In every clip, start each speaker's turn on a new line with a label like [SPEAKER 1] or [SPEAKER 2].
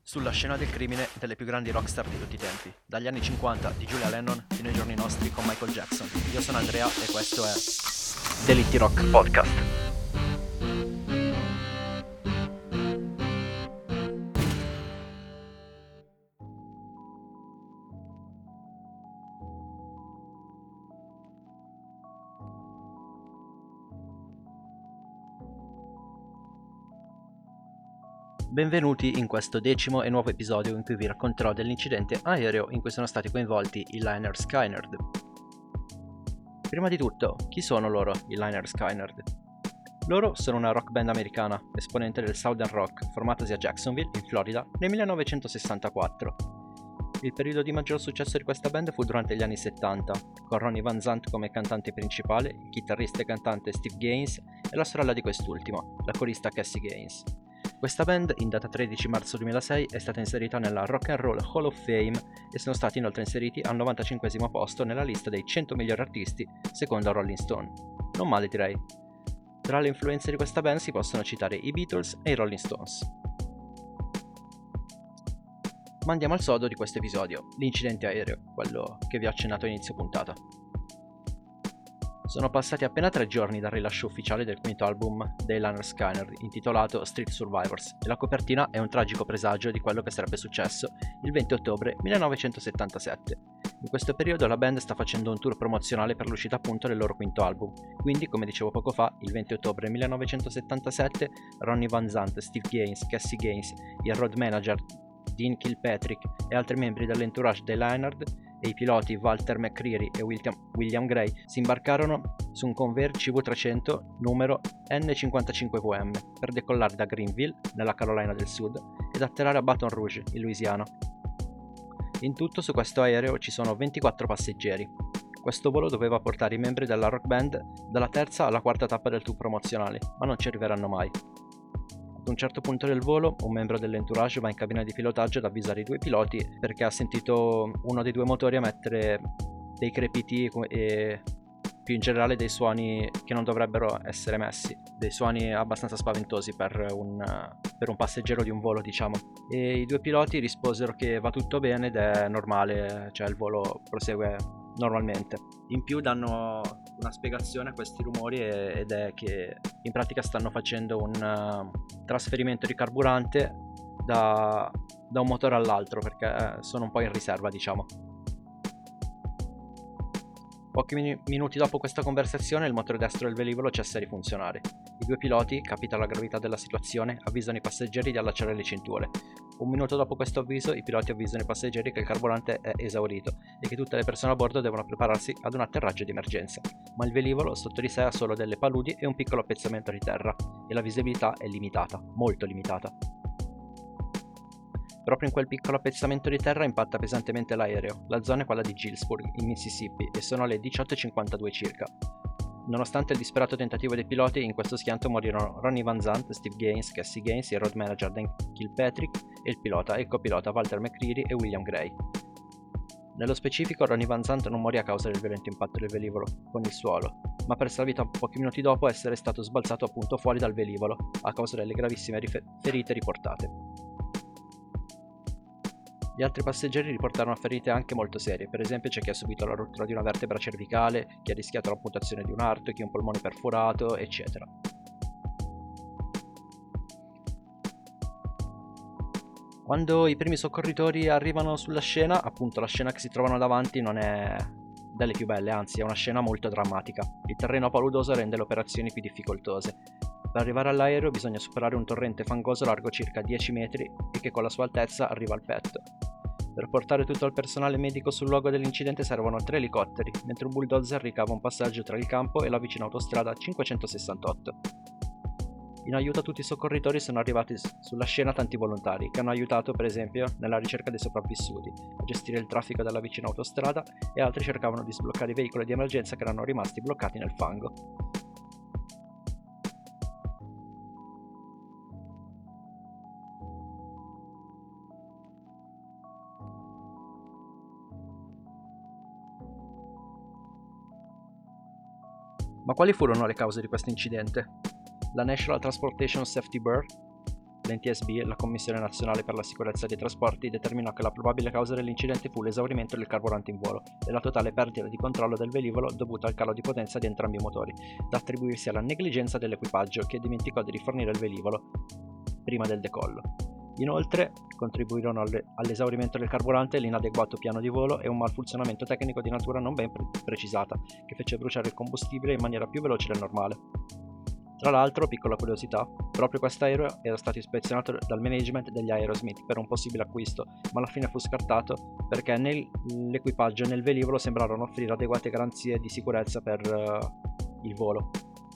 [SPEAKER 1] Sulla scena del crimine delle più grandi rockstar di tutti i tempi, dagli anni 50 di Julia Lennon fino ai giorni nostri con Michael Jackson. Io sono Andrea e questo è Delitti Rock Podcast. Benvenuti in questo 10° e nuovo episodio in cui vi racconterò dell'incidente aereo in cui sono stati coinvolti i Lynyrd Skynyrd. Prima di tutto, chi sono loro, i Lynyrd Skynyrd? Loro sono una rock band americana, esponente del Southern Rock, formatasi a Jacksonville, in Florida, nel 1964. Il periodo di maggior successo di questa band fu durante gli anni 70, con Ronnie Van Zant come cantante principale, il chitarrista e cantante Steve Gaines e la sorella di quest'ultimo, la corista Cassie Gaines. Questa band, in data 13 marzo 2006, è stata inserita nella Rock and Roll Hall of Fame e sono stati inoltre inseriti al 95° posto nella lista dei 100 migliori artisti secondo Rolling Stone. Non male, direi. Tra le influenze di questa band si possono citare i Beatles e i Rolling Stones. Ma andiamo al sodo di questo episodio, l'incidente aereo, quello che vi ho accennato a inizio puntata. Sono passati appena 3 giorni dal rilascio ufficiale del quinto album dei Lynyrd Skynyrd, intitolato Street Survivors, e la copertina è un tragico presagio di quello che sarebbe successo il 20 ottobre 1977. In questo periodo la band sta facendo un tour promozionale per l'uscita appunto del loro quinto album, quindi come dicevo poco fa, il 20 ottobre 1977 Ronnie Van Zant, Steve Gaines, Cassie Gaines, il road manager Dean Kilpatrick e altri membri dell'entourage dei Lynyrd e i piloti Walter McCreary e William Gray si imbarcarono su un Convair CV-300 numero N55VM per decollare da Greenville, nella Carolina del Sud, ed atterrare a Baton Rouge, in Louisiana. In tutto su questo aereo ci sono 24 passeggeri. Questo volo doveva portare i membri della rock band dalla terza alla quarta tappa del tour promozionale, ma non ci arriveranno mai. Ad un certo punto del volo, un membro dell'entourage va in cabina di pilotaggio ad avvisare i due piloti perché ha sentito uno dei due motori emettere dei crepiti e più in generale dei suoni che non dovrebbero essere emessi, dei suoni abbastanza spaventosi per un passeggero di un volo, diciamo. E i due piloti risposero che va tutto bene ed è normale, cioè il volo prosegue normalmente. In più danno una spiegazione a questi rumori ed è che in pratica stanno facendo un trasferimento di carburante da un motore all'altro perché sono un po' in riserva, diciamo. Pochi minuti dopo questa conversazione il motore destro del velivolo cessa di funzionare. I due piloti, capita la gravità della situazione, avvisano i passeggeri di allacciare le cinture. Un minuto dopo questo avviso i piloti avvisano i passeggeri che il carburante è esaurito e che tutte le persone a bordo devono prepararsi ad un atterraggio di emergenza. Ma il velivolo sotto di sé ha solo delle paludi e un piccolo appezzamento di terra e la visibilità è limitata, molto limitata. Proprio in quel piccolo appezzamento di terra impatta pesantemente l'aereo. La zona è quella di Gillsburg, in Mississippi, e sono le 18:52 circa. Nonostante il disperato tentativo dei piloti, in questo schianto morirono Ronnie Van Zant, Steve Gaines, Cassie Gaines, il road manager Dan Kilpatrick e il pilota e il copilota Walter McCreary e William Gray. Nello specifico Ronnie Van Zant non morì a causa del violento impatto del velivolo con il suolo, ma perse la vita pochi minuti dopo essere stato sbalzato appunto fuori dal velivolo, a causa delle gravissime ferite riportate. Gli altri passeggeri riportarono ferite anche molto serie, per esempio c'è chi ha subito la rottura di una vertebra cervicale, chi ha rischiato l'amputazione di un arto, chi un polmone perforato, eccetera. Quando i primi soccorritori arrivano sulla scena, appunto la scena che si trovano davanti non è delle più belle, anzi è una scena molto drammatica. Il terreno paludoso rende le operazioni più difficoltose. Per arrivare all'aereo bisogna superare un torrente fangoso largo circa 10 metri e che con la sua altezza arriva al petto. Per portare tutto il personale medico sul luogo dell'incidente servono 3 elicotteri, mentre un bulldozer ricava un passaggio tra il campo e la vicina autostrada 568. In aiuto a tutti i soccorritori sono arrivati sulla scena tanti volontari, che hanno aiutato per esempio nella ricerca dei sopravvissuti, a gestire il traffico della vicina autostrada e altri cercavano di sbloccare i veicoli di emergenza che erano rimasti bloccati nel fango. Ma quali furono le cause di questo incidente? La National Transportation Safety Board L'NTSB, la Commissione Nazionale per la Sicurezza dei Trasporti, determinò che la probabile causa dell'incidente fu l'esaurimento del carburante in volo e la totale perdita di controllo del velivolo dovuta al calo di potenza di entrambi i motori, da attribuirsi alla negligenza dell'equipaggio che dimenticò di rifornire il velivolo prima del decollo. Inoltre contribuirono all'esaurimento del carburante l'inadeguato piano di volo e un malfunzionamento tecnico di natura non ben precisata, che fece bruciare il combustibile in maniera più veloce del normale. Tra l'altro, piccola curiosità, proprio quest'aereo era stato ispezionato dal management degli Aerosmith per un possibile acquisto, ma alla fine fu scartato perché l'equipaggio e nel velivolo sembrarono offrire adeguate garanzie di sicurezza per il volo.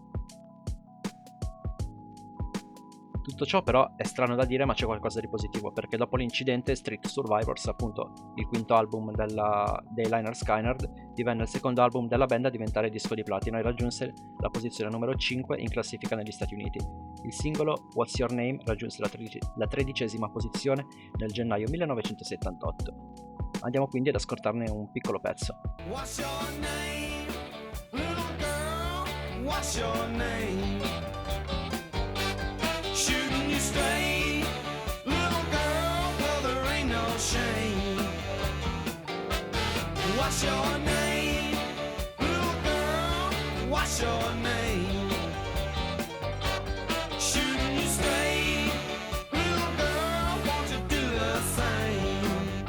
[SPEAKER 1] Tutto ciò però è strano da dire, ma c'è qualcosa di positivo, perché dopo l'incidente Street Survivors, appunto il quinto album dei Lynyrd Skynyrd, divenne il secondo album della band a diventare disco di platino e raggiunse la posizione numero 5 in classifica negli Stati Uniti. Il singolo What's Your Name raggiunse la 13ª posizione nel gennaio 1978. Andiamo quindi ad ascoltarne un piccolo pezzo. What's your name, little girl? What's your name? Shooting you straight, little girl, well there ain't no shame. What's your name, little girl, what's your name? Shooting you straight, little girl, won't you do the same?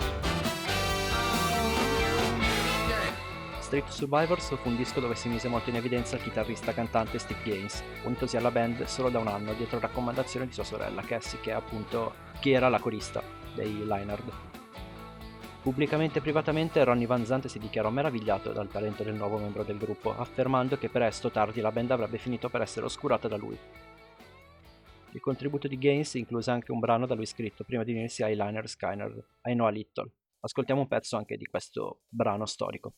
[SPEAKER 1] Street Survivors fu un disco dove si mise molto in evidenza il chitarrista cantante Steve Gaines, unitosi alla band solo da un anno dietro raccomandazione di sua sorella Cassie, che era la corista dei Lynyrd. Pubblicamente e privatamente Ronnie Van Zant si dichiarò meravigliato dal talento del nuovo membro del gruppo, affermando che presto o tardi la band avrebbe finito per essere oscurata da lui. Il contributo di Gaines incluse anche un brano da lui scritto prima di unirsi ai Lynyrd Skynyrd, I Know a Little. Ascoltiamo un pezzo anche di questo brano storico.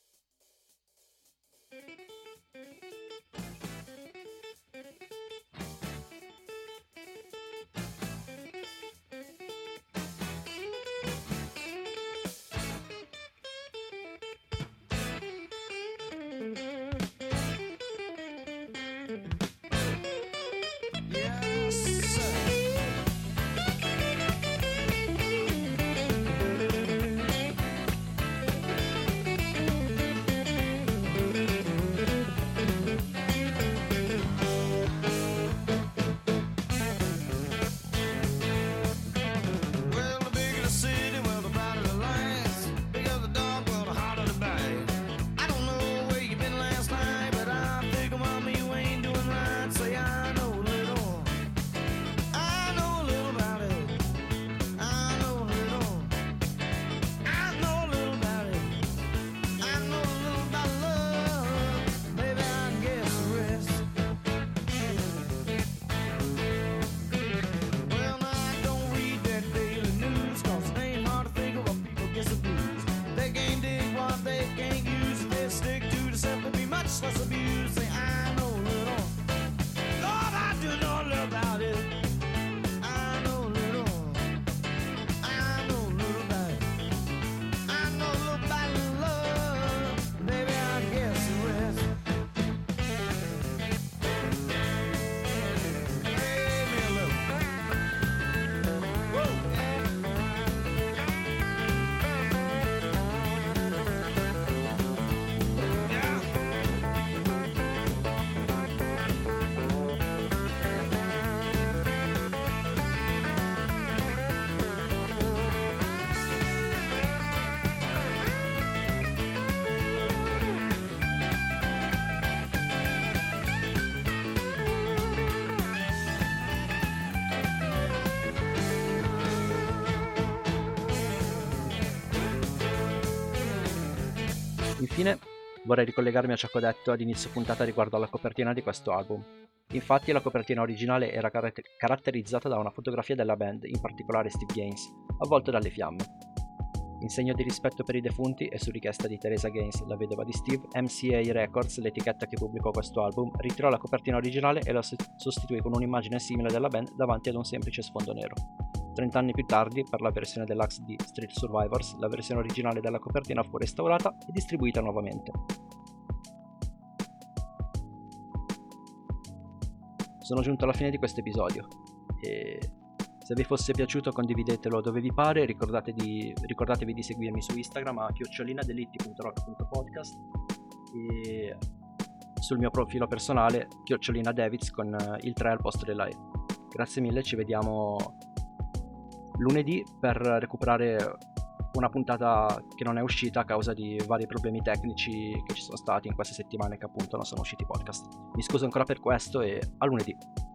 [SPEAKER 1] Infine, vorrei ricollegarmi a ciò che ho detto ad inizio puntata riguardo alla copertina di questo album. Infatti la copertina originale era caratterizzata da una fotografia della band, in particolare Steve Gaines, avvolto dalle fiamme. In segno di rispetto per i defunti e su richiesta di Teresa Gaines, la vedova di Steve, MCA Records, l'etichetta che pubblicò questo album, ritirò la copertina originale e la sostituì con un'immagine simile della band davanti ad un semplice sfondo nero. 30 anni più tardi, per la versione deluxe di Street Survivors, la versione originale della copertina fu restaurata e distribuita nuovamente. Sono giunto alla fine di questo episodio e Se vi fosse piaciuto condividetelo dove vi pare, ricordatevi di seguirmi su Instagram a @delitti.rock.podcast e sul mio profilo personale @davids con il 3 al posto della E. Grazie mille, ci vediamo lunedì per recuperare una puntata che non è uscita a causa di vari problemi tecnici che ci sono stati in queste settimane che appunto non sono usciti podcast. Mi scuso ancora per questo e a lunedì.